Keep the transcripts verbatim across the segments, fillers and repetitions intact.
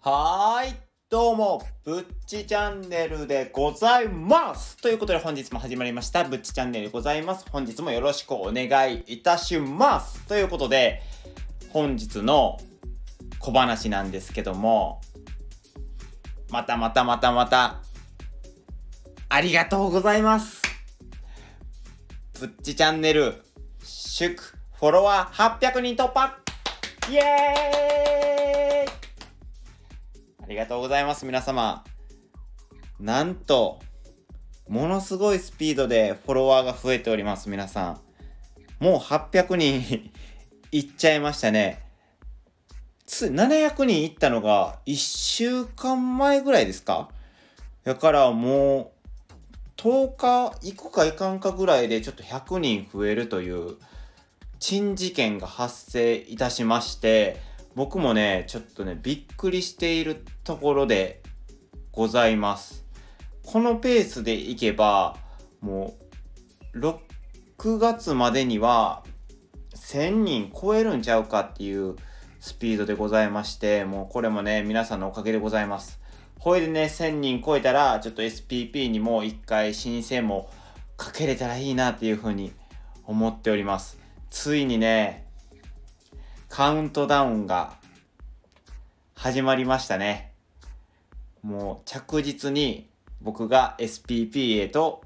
はーい、どうも、ぶっちチャンネルでございます。ということで本日も始まりました、ぶっちチャンネルでございます。本日もよろしくお願いいたします。ということで、本日の小話なんですけども、またまたまたまた、ありがとうございます。ぶっちチャンネル、祝、フォロワーはっぴゃくにん突破イエーイありがとうございます皆様。なんとものすごいスピードでフォロワーが増えております皆さん。もうはっぴゃくにんいっちゃいましたね。つななひゃくにんいったのがいっしゅうかんまえぐらいですか。だからもうとおか行くか行かんかぐらいでちょっとひゃくにん増えるという珍事件が発生いたしまして、僕もねちょっとねびっくりしているところでございます。このペースでいけばもうろくがつまでにはせんにん超えるんちゃうかっていうスピードでございまして、もうこれもね皆さんのおかげでございます。ほいでねせんにん超えたらちょっと エスピーピー にも一回申請もかけれたらいいなっていうふうに思っております。ついにねカウントダウンが始まりましたね。もう着実に僕が エスピーピー へと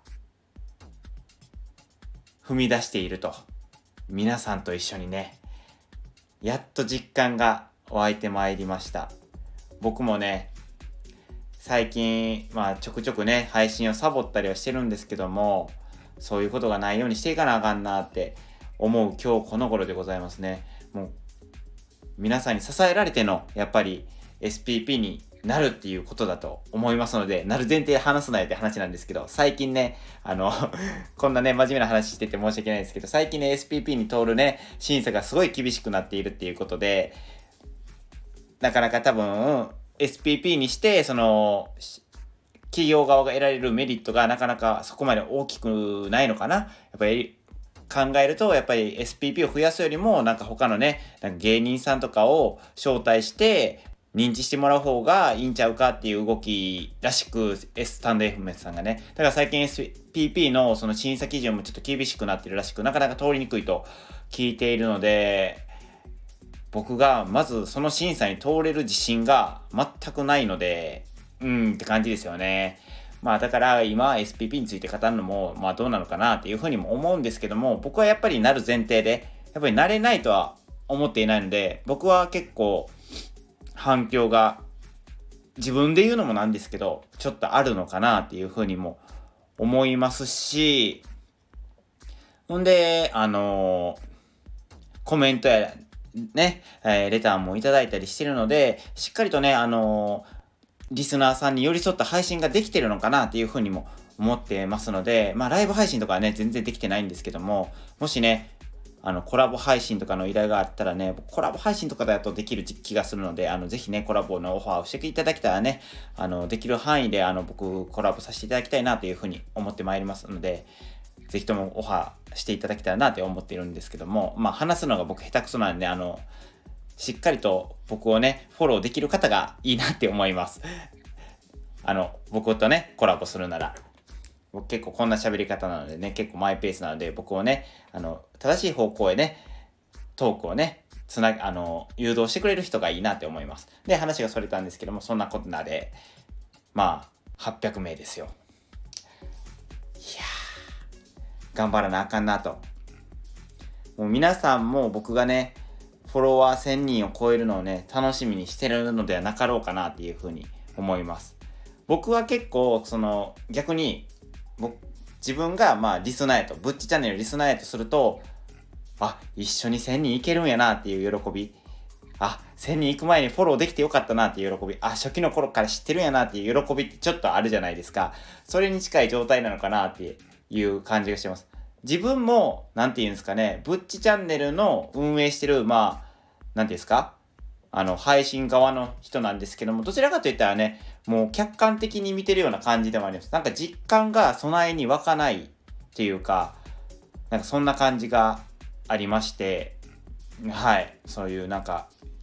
踏み出していると、皆さんと一緒にねやっと実感が湧いてまいりました。僕もね最近まあちょくちょくね配信をサボったりはしてるんですけども、そういうことがないようにしていかなあかんなって思う今日この頃でございますね。もう皆さんに支えられてのやっぱり エスピーピー になるっていうことだと思いますので、なる前提で話すなよって話なんですけど、最近ねあのこんなね真面目な話してて申し訳ないですけど、最近ね エスピーピー に通るね審査がすごい厳しくなっているっていうことで、なかなか多分 エスピーピー にしてその企業側が得られるメリットがなかなかそこまで大きくないのかな。やっぱり考えるとやっぱり エスピーピー を増やすよりもなんか他のねなんか芸人さんとかを招待して認知してもらう方がいいんちゃうかっていう動きらしく、スタンド エフエム さんがね、だから最近 エスピーピー のその審査基準もちょっと厳しくなってるらしく、なかなか通りにくいと聞いているので、僕がまずその審査に通れる自信が全くないので、うーんって感じですよね。まあだから今 エスピーピー について語るのもまあどうなのかなっていうふうにも思うんですけども、僕はやっぱりなる前提でやっぱりなれないとは思っていないので、僕は結構反響が自分で言うのもなんですけどちょっとあるのかなっていうふうにも思いますし、ほんであのコメントやね、えー、レターもいただいたりしてるので、しっかりとねあのリスナーさんに寄り添った配信ができてるのかなっていうふうにも思ってますので、まあライブ配信とかはね全然できてないんですけども、もしねあのコラボ配信とかの依頼があったらね、コラボ配信とかだとできる気がするので、あのぜひねコラボのオファーをしていただけたらね、あのできる範囲であの僕コラボさせていただきたいなというふうに思ってまいりますので、ぜひともオファーしていただけたらなと思っているんですけども、まあ話すのが僕下手くそなんで、あのしっかりと僕をねフォローできる方がいいなって思います。あの僕とねコラボするなら、僕結構こんな喋り方なのでね、結構マイペースなので、僕をねあの正しい方向へねトークをねつなあの誘導してくれる人がいいなって思います。で話がそれたんですけども、そんなことなでまあはっぴゃくめいですよ。いやー頑張らなあかんなと。もう皆さんも僕がねフォロワーせんにんを超えるのをね楽しみにしてるのではなかろうかなっていうふうに思います。僕は結構その逆に僕自分がまあリスナーやと、ぶっちチャンネルリスナーやとすると、あ一緒にせんにんいけるんやなっていう喜び、あせんにん行く前にフォローできてよかったなっていう喜び、あ初期の頃から知ってるんやなっていう喜びってちょっとあるじゃないですか。それに近い状態なのかなっていう感じがしてます。自分もなんていうんですかね、ぶっちチャンネルの運営してるまあなんていうんですか、あの配信側の人なんですけども、どちらかといったらねもう客観的に見てるような感じでもあります。なんか実感が備えに湧かないっていうか、なんかそんな感じがありまして、はい、そういうなんか自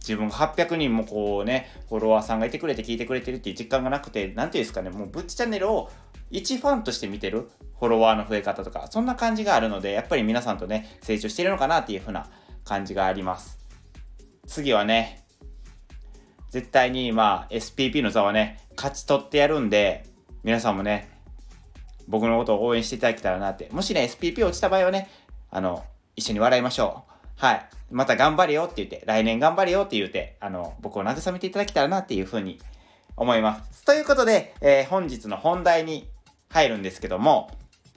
自分がはっぴゃくにんもこうね、フォロワーさんがいてくれて聞いてくれてるっていう実感がなくて、なんていうんですかね、もうぶっちチャンネルを一ファンとして見てるフォロワーの増え方とか、そんな感じがあるので、やっぱり皆さんとね、成長しているのかなっていう風な感じがあります。次はね、絶対にまあ エスピーピー の座はね、勝ち取ってやるんで、皆さんもね、僕のことを応援していただけたらなって。もしね、エスピーピー 落ちた場合はね、あの、一緒に笑いましょう。はい。また頑張れよって言って、来年頑張れよって言って、あの、僕を慰めていただけたらなっていうふうに思います。ということで、えー、本日の本題に入るんですけども、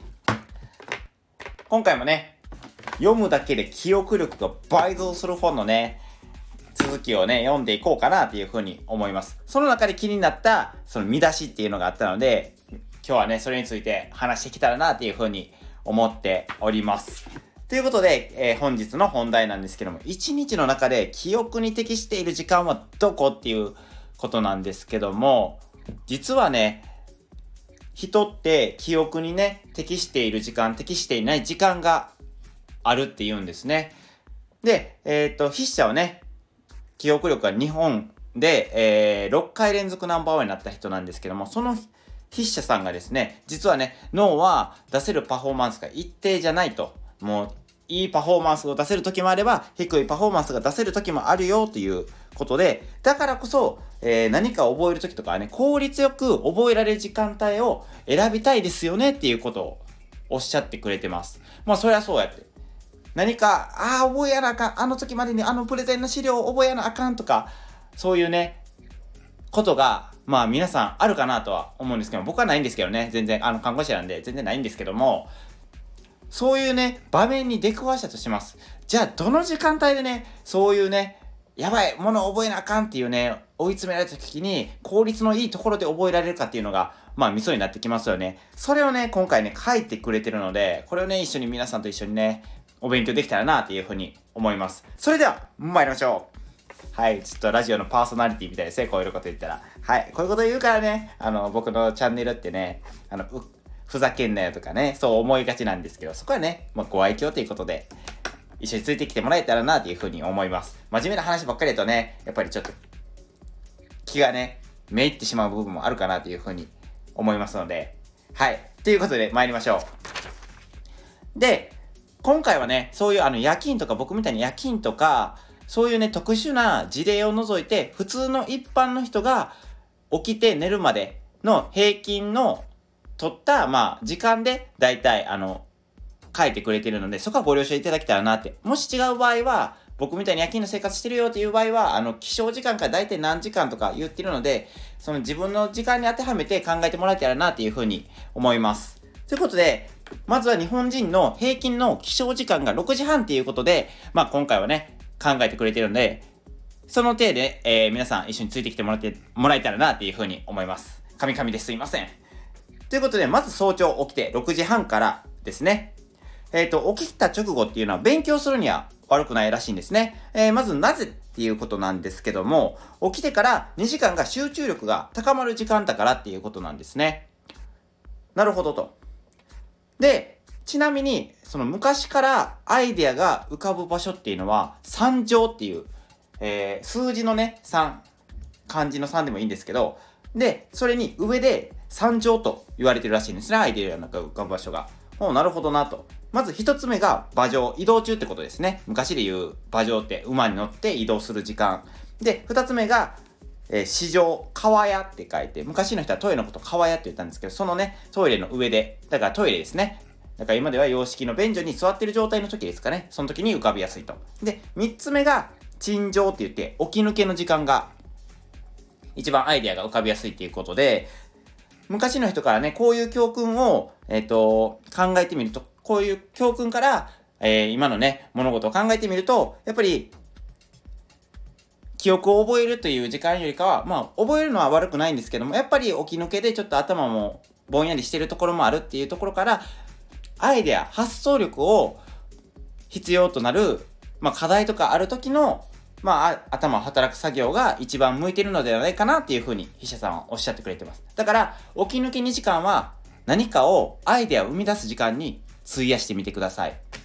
今回もね、読むだけで記憶力が倍増する本のね、続きをね、読んでいこうかなっていうふうに思います。その中で気になった、その見出しっていうのがあったので、今日はね、それについて話してきたらなっていうふうに思っております。ということで、えー、本日の本題なんですけども、一日の中で記憶に適している時間はどこっていうことなんですけども、実はね、人って記憶にね、適している時間、適していない時間があるっていうんですね。で、えっと、筆者はね、記憶力が日本で、えー、ろっかい連続ナンバーワンになった人なんですけども、その筆者さんがですね、実はね、脳は出せるパフォーマンスが一定じゃないと。もう、いいパフォーマンスを出せる時もあれば、低いパフォーマンスが出せる時もあるよということで、だからこそ、えー、何かを覚える時とかはね、効率よく覚えられる時間帯を選びたいですよねっていうことをおっしゃってくれてます。まあ、そりゃそうやって。何か、ああ、覚えやなあかん。あの時までにあのプレゼンの資料を覚えやなあかんとか、そういうね、ことが、まあ皆さんあるかなとは思うんですけど、僕はないんですけどね、全然、あの看護師なんで全然ないんですけども、そういうね、場面に出くわしたとします。じゃあ、どの時間帯でね、そういうね、やばい、ものを覚えなあかんっていうね、追い詰められた時に、効率のいいところで覚えられるかっていうのが、まあ、ミソになってきますよね。それをね、今回ね、書いてくれてるので、これをね、一緒に皆さんと一緒にね、お勉強できたらなっていうふうに思います。それでは、参りましょう。はい、ちょっとラジオのパーソナリティみたいですね、こういうこと言ったら。はい、こういうこと言うからね、あの、僕のチャンネルってね、あの、うふざけんなよとかね、そう思いがちなんですけど、そこはね、まあ、ご愛嬌ということで、一緒についてきてもらえたらなというふうに思います。真面目な話ばっかりだとね、やっぱりちょっと、気がね、めいってしまう部分もあるかなというふうに思いますので、はい。ということで、参りましょう。で、今回はね、そういうあの夜勤とか、僕みたいに夜勤とか、そういうね、特殊な事例を除いて、普通の一般の人が起きて寝るまでの平均の取った、まあ、時間で、だいたい、あの、書いてくれてるので、そこはご了承いただけたらなって。もし違う場合は、僕みたいに夜勤の生活してるよっていう場合は、あの、起床時間からだいたい何時間とか言ってるので、その自分の時間に当てはめて考えてもらえたらなっていうふうに思います。ということで、まずは日本人の平均の起床時間がろくじはんっていうことで、まあ今回はね、考えてくれてるので、その手で、えー、皆さん一緒についてきてもらって、もらえたらなっていうふうに思います。神々ですいません。ということで、まず早朝起きてろくじはんからですね。えっと、起きた直後っていうのは勉強するには悪くないらしいんですね。えー、まずなぜっていうことなんですけども、起きてからにじかんが集中力が高まる時間だからっていうことなんですね。なるほどと。で、ちなみに、その昔からアイデアが浮かぶ場所っていうのは、三乗っていう、えー、数字のね、さん、漢字のさんでもいいんですけど、で、それに上で三乗と言われてるらしいんですね、アイデアが浮かぶ場所が。もうなるほどなと。まず一つ目が馬上、移動中ってことですね。昔で言う馬上って馬に乗って移動する時間。で、二つ目が、えー、市場、川屋って書いて、昔の人はトイレのこと川屋って言ったんですけど、そのね、トイレの上で、だからトイレですね。だから今では洋式の便所に座ってる状態の時ですかね。その時に浮かびやすいと。で、三つ目が鎮上って言って、起き抜けの時間が、一番アイデアが浮かびやすいっていうことで、昔の人からね、こういう教訓を、えっと、考えてみると、こういう教訓から、えー、今のね、物事を考えてみると、やっぱり、記憶を覚えるという時間よりかは、まあ、覚えるのは悪くないんですけども、やっぱり起き抜けでちょっと頭もぼんやりしてるところもあるっていうところから、アイデア、発想力を必要となる、まあ、課題とかある時の、まあ、頭を働く作業が一番向いているのではないかなっていうふうに筆者さんはおっしゃってくれてます。だから、起き抜けにじかんは何かを、アイデアを生み出す時間に費やしてみてください。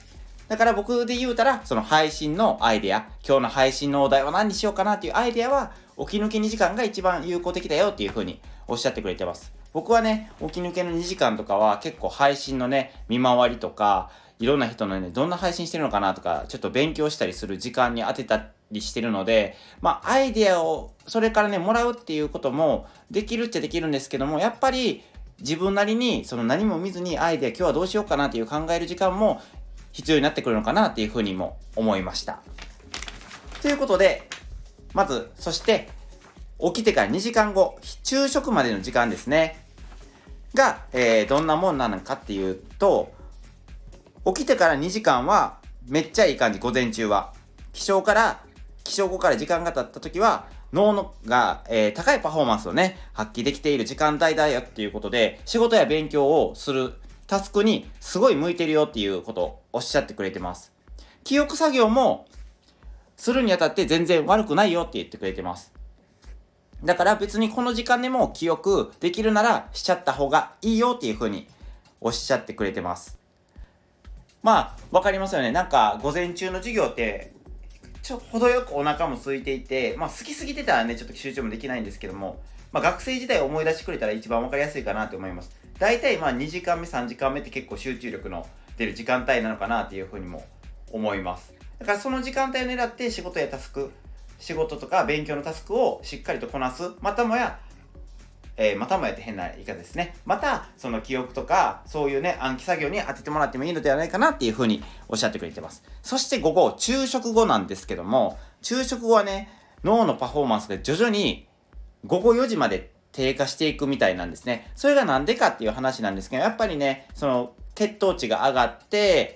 だから僕で言うたら、その配信のアイデア、今日の配信のお題は何にしようかなっていうアイデアは、起き抜けにじかんが一番有効的だよっていう風におっしゃってくれてます。僕はね、起き抜けのにじかんとかは結構配信のね、見回りとか、いろんな人のね、どんな配信してるのかなとか、ちょっと勉強したりする時間に当てたりしてるので、まあ、アイデアを、それからね、もらうっていうこともできるっちゃできるんですけども、やっぱり自分なりに、その何も見ずにアイデア今日はどうしようかなっていう考える時間も必要になってくるのかなっていうふうにも思いました。ということで、まず、そして、起きてからにじかんご、昼食までの時間ですね。が、えー、どんなもんなのかっていうと、起きてからにじかんはめっちゃいい感じ、午前中は。起床から、起床後から時間が経った時は、脳のが、えー、高いパフォーマンスをね、発揮できている時間帯だよっていうことで、仕事や勉強をするタスクにすごい向いてるよっていうことをおっしゃってくれてます。記憶作業もするにあたって全然悪くないよって言ってくれてます。だから別にこの時間でも記憶できるならしちゃった方がいいよっていう風におっしゃってくれてます。まあ、わかりますよね。なんか午前中の授業ってちょっと程よくお腹も空いていて、まあ好きすぎてたらね、ちょっと集中もできないんですけども、まあ学生時代を思い出してくれたら一番わかりやすいかなと思います。だいたいまあにじかんめ、さんじかんめって結構集中力の出る時間帯なのかなっていう風にも思います。だからその時間帯を狙って仕事やタスク、仕事とか勉強のタスクをしっかりとこなす。またもや、えー、またもやって変な言い方ですね。また、その記憶とか、そういうね、暗記作業に当ててもらってもいいのではないかなっていうふうにおっしゃってくれてます。そして午後、昼食後なんですけども、昼食後はね、脳のパフォーマンスが徐々に午後よじまで低下していくみたいなんですね。それがなんでかっていう話なんですけど、やっぱりね、その血糖値が上がって、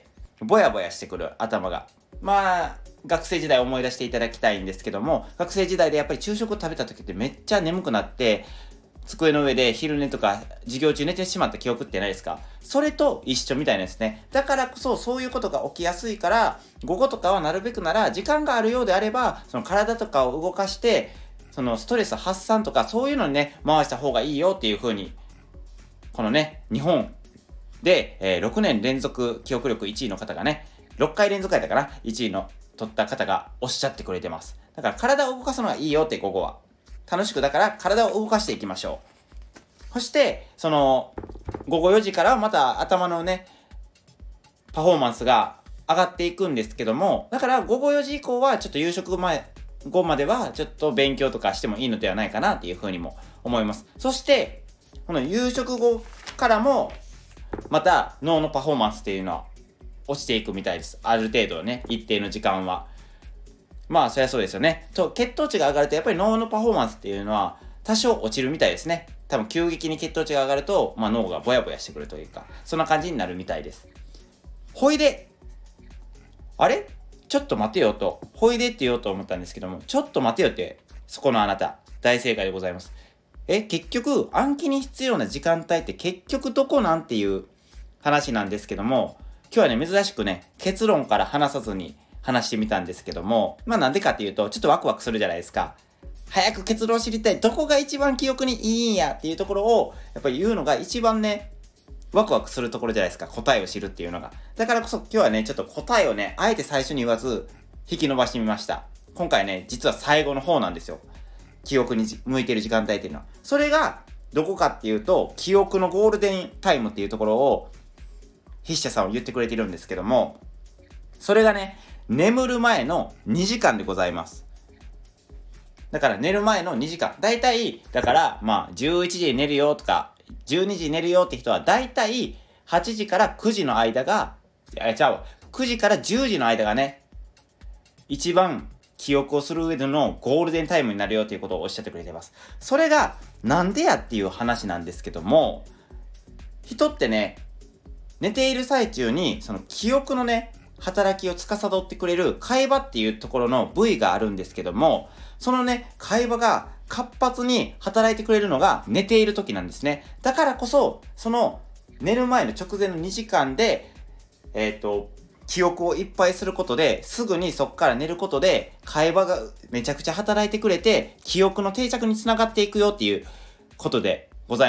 ぼやぼやしてくる頭が。まあ、学生時代を思い出していただきたいんですけども、学生時代でやっぱり昼食を食べた時ってめっちゃ眠くなって、机の上で昼寝とか授業中寝てしまった記憶ってないですか？それと一緒みたいなんですね。だからこそそういうことが起きやすいから、午後とかはなるべくなら時間があるようであれば、その体とかを動かして、そのストレス発散とかそういうのにね、回した方がいいよっていう風に、このね、日本で、えー、ろくねん連続記憶力いちいの方がね、ろっかい連続やったかな ?いち 位の取った方がおっしゃってくれてます。だから体を動かすのはいいよって午後は。楽しくだから体を動かしていきましょう。そして、その、午後よじからまた頭のね、パフォーマンスが上がっていくんですけども、だから午後よじ以降はちょっと夕食前、後まではちょっと勉強とかしてもいいのではないかなっていうふうにも思います。そして、この夕食後からも、また脳のパフォーマンスっていうのは落ちていくみたいです。ある程度ね、一定の時間は。まあ、そりゃそうですよね。と、血糖値が上がると、やっぱり脳のパフォーマンスっていうのは、多少落ちるみたいですね。多分、急激に血糖値が上がると、まあ、脳がぼやぼやしてくるというか、そんな感じになるみたいです。ほいで、あれちょっと待てよと、ほいでって言おうと思ったんですけども、ちょっと待てよって、そこのあなた、大正解でございます。え、結局、暗記に必要な時間帯って結局どこなんていう話なんですけども、今日はね、珍しくね、結論から話さずに話してみたんですけども、まあなんでかっていうと、ちょっとワクワクするじゃないですか。早く結論知りたい。どこが一番記憶にいいんやっていうところを、やっぱり言うのが一番ね、ワクワクするところじゃないですか。答えを知るっていうのが。だからこそ今日はね、ちょっと答えをね、あえて最初に言わず、引き伸ばしてみました。今回ね、実は最後の方なんですよ。記憶に向いている時間帯っていうのは。それが、どこかっていうと、記憶のゴールデンタイムっていうところを、筆者さんは言ってくれているんですけども、それがね、眠る前のにじかんでございます。だから寝る前のにじかん。だいたい、だから、まあ、じゅういちじに寝るよとか、じゅうにじに寝るよって人は、だいたいはちじからくじの間が、あ、違うわ、くじからじゅうじの間がね、一番記憶をする上でのゴールデンタイムになるよということをおっしゃってくれています。それが、なんでやっていう話なんですけども、人ってね、寝ている最中に、その記憶のね、働きを司ってくれる海馬っていうところの部位があるんですけども、そのね、海馬が活発に働いてくれるのが寝ている時なんですね。だからこそ、その寝る前の直前のにじかんで、えっと、記憶をいっぱいすることで、すぐにそこから寝ることで、海馬がめちゃくちゃ働いてくれて、記憶の定着につながっていくよっていうことでございます。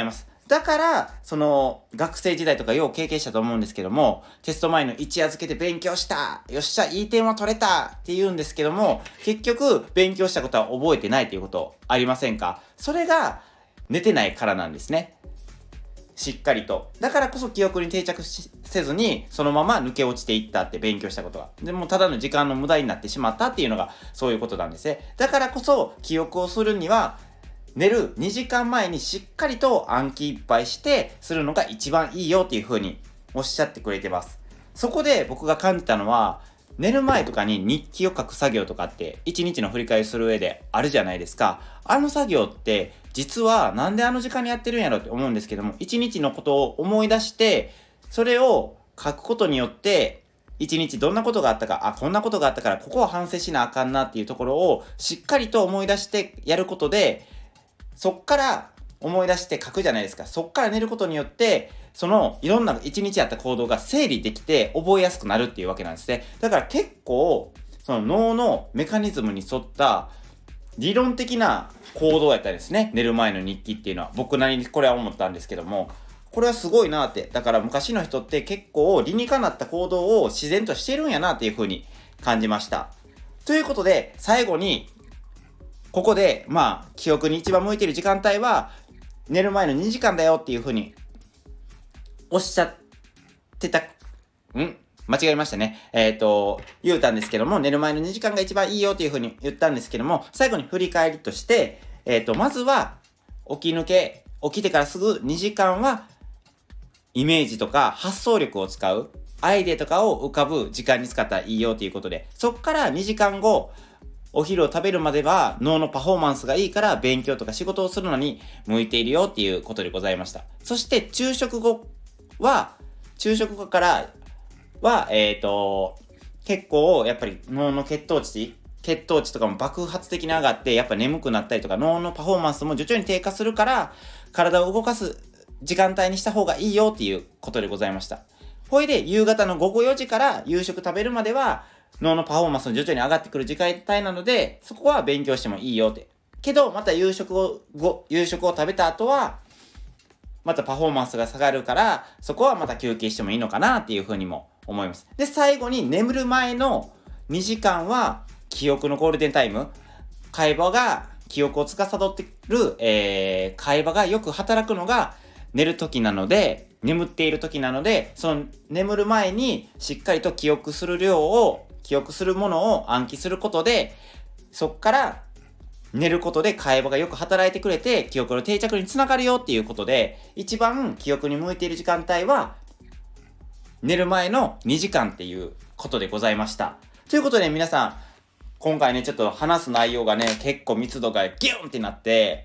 だから、その、学生時代とかよう経験したと思うんですけども、テスト前の一夜漬けで勉強したよっしゃ、いい点は取れたって言うんですけども、結局、勉強したことは覚えてないということありませんか？それが、寝てないからなんですね。しっかりと。だからこそ記憶に定着せずに、そのまま抜け落ちていったって勉強したことが。でも、ただの時間の無駄になってしまったっていうのが、そういうことなんですね。だからこそ、記憶をするには、寝るにじかんまえにしっかりと暗記いっぱいしてするのが一番いいよっていう風におっしゃってくれてます。そこで僕が感じたのは、寝る前とかに日記を書く作業とかって一日の振り返りする上であるじゃないですか。あの作業って実はなんであの時間にやってるんやろって思うんですけども、一日のことを思い出してそれを書くことによって一日どんなことがあったか、あ、こんなことがあったからここは反省しなあかんなっていうところをしっかりと思い出してやることで、そっから思い出して書くじゃないですか。そっから寝ることによって、そのいろんな一日やった行動が整理できて覚えやすくなるっていうわけなんですね。だから結構、その脳のメカニズムに沿った理論的な行動やったりですね。寝る前の日記っていうのは僕なりにこれは思ったんですけども、これはすごいなって。だから昔の人って結構理にかなった行動を自然としてるんやなっていう風に感じました。ということで、最後にここで、まあ、記憶に一番向いている時間帯は、寝る前のにじかんだよっていう風に、おっしゃってた、ん間違えましたね。えっと、言うたんですけども、寝る前のにじかんが一番いいよっていう風に言ったんですけども、最後に振り返りとして、えっと、まずは、起き抜け、起きてからすぐにじかんは、イメージとか発想力を使う、アイデアとかを浮かぶ時間に使ったらいいよということで、そっからにじかんご、お昼を食べるまでは脳のパフォーマンスがいいから勉強とか仕事をするのに向いているよっていうことでございました。そして昼食後は、昼食後からは、えっと、結構やっぱり脳の血糖値、血糖値とかも爆発的に上がってやっぱ眠くなったりとか脳のパフォーマンスも徐々に低下するから体を動かす時間帯にした方がいいよっていうことでございました。ほいで夕方のごごよじから夕食食べるまでは脳のパフォーマンスの徐々に上がってくる時間帯なので、そこは勉強してもいいよって。けど、また夕食を、ご、夕食を食べた後は、またパフォーマンスが下がるから、そこはまた休憩してもいいのかなっていうふうにも思います。で、最後に眠る前のにじかんは、記憶のゴールデンタイム。会話が、記憶を司ってる、えー、会話がよく働くのが寝る時なので、眠っている時なので、その眠る前にしっかりと記憶する量を記憶するものを暗記することで、そっから寝ることで会話がよく働いてくれて、記憶の定着につながるよっていうことで、一番記憶に向いている時間帯は、寝る前のにじかんっていうことでございました。ということで皆さん、今回ね、ちょっと話す内容がね、結構密度がギュンってなって、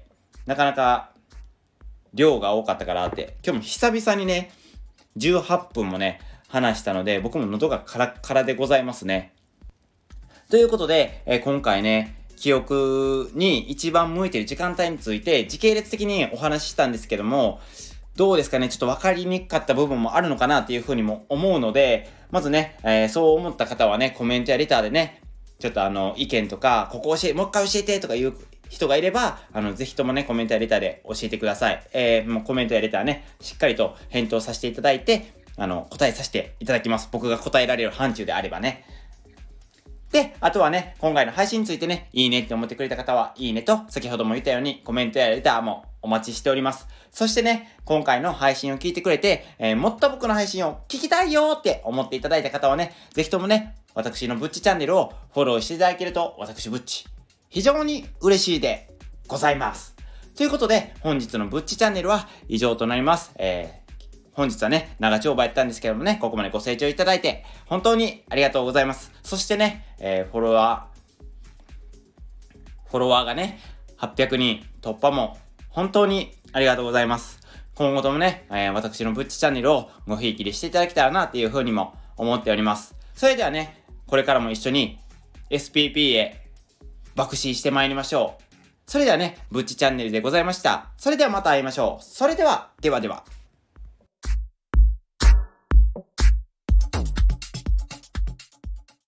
なかなか量が多かったからって、今日も久々にね、じゅうはっぷんもね、話したので、僕も喉がカラッカラでございますね。ということで、えー、今回ね、記憶に一番向いている時間帯について時系列的にお話ししたんですけども、どうですかね、ちょっと分かりにくかった部分もあるのかなっていうふうにも思うので、まずね、えー、そう思った方はね、コメントやレターでね、ちょっとあの、意見とか、ここ教え、もう一回教えてとかいう人がいれば、あの、ぜひともね、コメントやレターで教えてください。えー、もうコメントやレターね、しっかりと返答させていただいて、あの、答えさせていただきます。僕が答えられる範疇であればね。で、あとはね、今回の配信についてね、いいねって思ってくれた方は、いいねと、先ほども言ったように、コメントやレターもお待ちしております。そしてね、今回の配信を聞いてくれて、えー、もっと僕の配信を聞きたいよって思っていただいた方はね、ぜひともね、私のブッチチャンネルをフォローしていただけると、私ブッチ、非常に嬉しいでございます。ということで、本日のブッチチャンネルは以上となります。えー本日はね、長丁場やったんですけどもね、ここまでご清聴いただいて、本当にありがとうございます。そしてね、えー、フォロワー、フォロワーがね、はっぴゃくにん突破も、本当にありがとうございます。今後ともね、えー、私のブッチチャンネルをごひいきりしていただけたらなっていうふうにも思っております。それではね、これからも一緒に エスピーピー へ爆死してまいりましょう。それではね、ブッチチャンネルでございました。それではまた会いましょう。それでは、ではでは。